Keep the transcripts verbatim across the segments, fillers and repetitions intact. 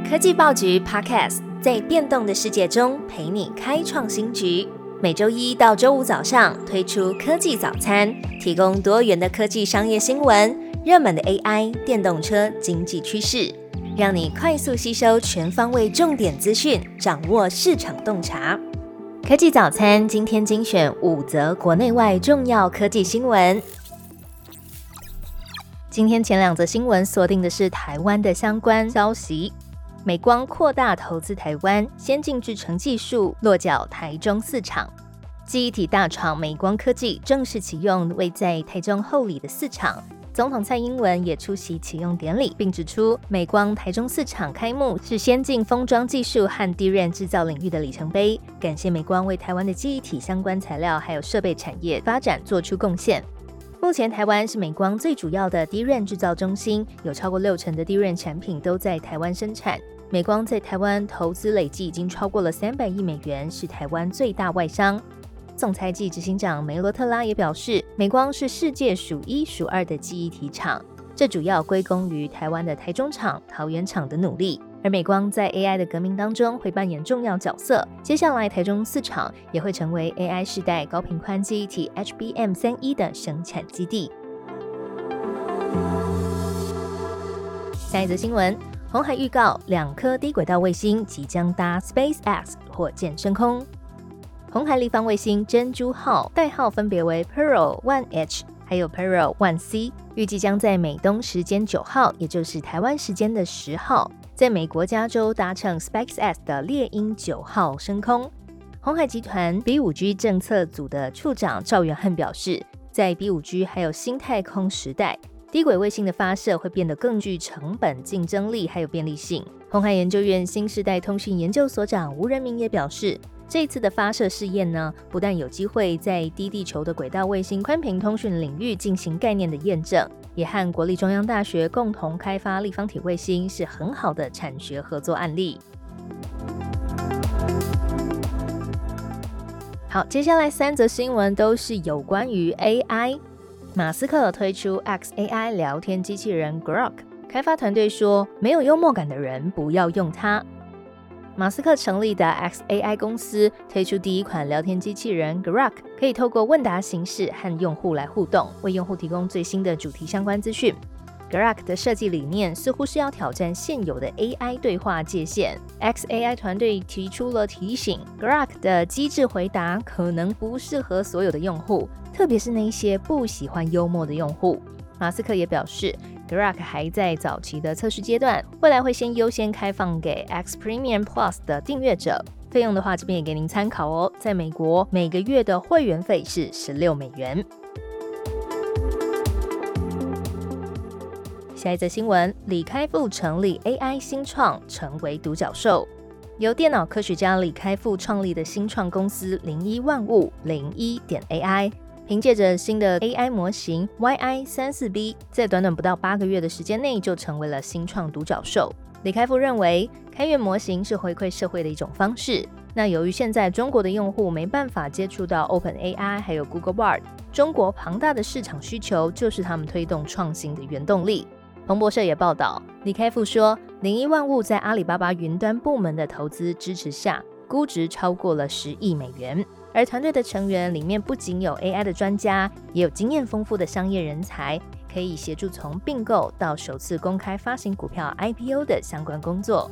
科技报局 Podcast 在变动的世界中陪你开创新局。每周一到周五早上推出科技早餐，提供多元的科技商业新闻、热门的 A I、电动车、经济趋势，让你快速吸收全方位重点资讯，掌握市场洞察。科技早餐今天精选五则国内外重要科技新闻。今天前两则新闻锁定的是台湾的相关消息。美光扩大投资台湾，先进制程技术落脚台中四厂。记忆体大厂美光科技正式启用位在台中后里的四厂。总统蔡英文也出席启用典礼，并指出美光台中四厂开幕是先进封装技术和 D RAM 制造领域的里程碑，感谢美光为台湾的记忆体相关材料还有设备产业发展做出贡献。目前台湾是美光最主要的 D RAM 制造中心，有超过六成的 D RAM 产品都在台湾生产。美光在台湾投资累计已经超过了三百亿美元，是台湾最大外商。总裁暨执行长梅罗特拉也表示，美光是世界数一数二的记忆体厂，这主要归功于台湾的台中厂、桃园厂的努力。而美光在 A I 的革命当中会扮演重要角色，接下来台中四厂也会成为 A I 世代高频宽记忆体 H B M 三十一 的生产基地。下一则新闻，鸿海预告两颗低轨道卫星即将搭 SpaceX 火箭升空。鸿海立方卫星珍珠号代号分别为 Pearl 一 H 还有 Pearl 一 C， 预计将在美东时间九号，也就是台湾时间的十号，在美国加州搭乘 SpaceX 的猎鹰九号升空。鸿海集团 B 五 G 政策组的处长赵元汉表示，在 B 五 G 还有新太空时代，低轨卫星的发射会变得更具成本、竞争力还有便利性。鸿海研究院新世代通讯研究所长吴仁明也表示，这一次的发射试验呢，不但有机会在低地球的轨道卫星宽频通讯领域进行概念的验证，也和国立中央大学共同开发立方体卫星，是很好的产学合作案例。好，接下来三则新闻都是有关于 A I。马斯克推出 X A I 聊天机器人 Grok， 开发团队说，没有幽默感的人不要用它。马斯克成立的 X A I 公司推出第一款聊天机器人 Grok， 可以透过问答形式和用户来互动，为用户提供最新的主题相关资讯。Grok 的设计理念似乎是要挑战现有的 A I 对话界限。X A I 团队提出了提醒， Grok 的机智回答可能不适合所有的用户，特别是那些不喜欢幽默的用户。马斯克也表示， Grok 还在早期的测试阶段，未来会先优先开放给 X Premium Plus 的订阅者。费用的话，这边也给您参考哦。在美国，每个月的会员费是十六美元。下一则新闻，李开复成立 A I 新创，成为独角兽。由电脑科学家李开复创立的新创公司零一万物 零一点 A I， 凭借着新的 A I 模型 Y I 三十四 B， 在短短不到八个月的时间内就成为了新创独角兽。李开复认为，开源模型是回馈社会的一种方式。那由于现在中国的用户没办法接触到 OpenAI 还有 Google Bard， 中国庞大的市场需求就是他们推动创新的原动力。彭博社也报道，李开复说，零一万物在阿里巴巴云端部门的投资支持下，估值超过了十亿美元。而团队的成员里面不仅有 A I 的专家，也有经验丰富的商业人才，可以协助从并购到首次公开发行股票 I P O 的相关工作。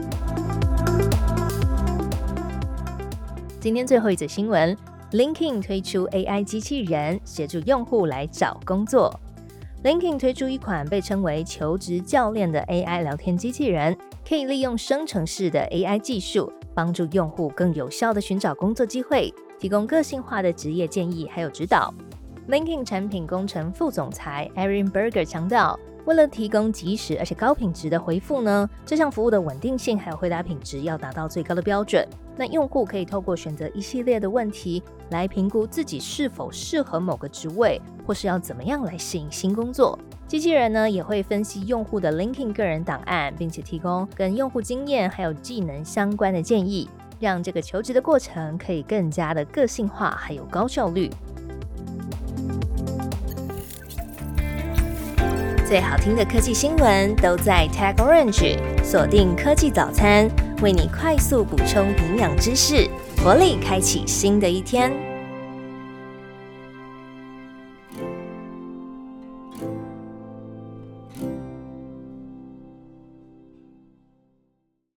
今天最后一则新闻， LinkedIn 推出 A I 机器人，协助用户来找工作。LinkedIn 推出一款被称为求职教练的 A I 聊天机器人，可以利用生成式的 A I 技术，帮助用户更有效地寻找工作机会，提供个性化的职业建议还有指导。LinkedIn 产品工程副总裁 Erin Berger 强调，为了提供及时而且高品质的回复呢，这项服务的稳定性还有回答品质要达到最高的标准。那用户可以透过选择一系列的问题来评估自己是否适合某个职位，或是要怎么样来适应新工作。机器人呢也会分析用户的 LinkedIn 个人档案，并且提供跟用户经验还有技能相关的建议，让这个求职的过程可以更加的个性化还有高效率。 最好听的科技新闻都在 Tag Orange， 锁定科技早餐，为你快速补充营养知识，活力开启新的一天。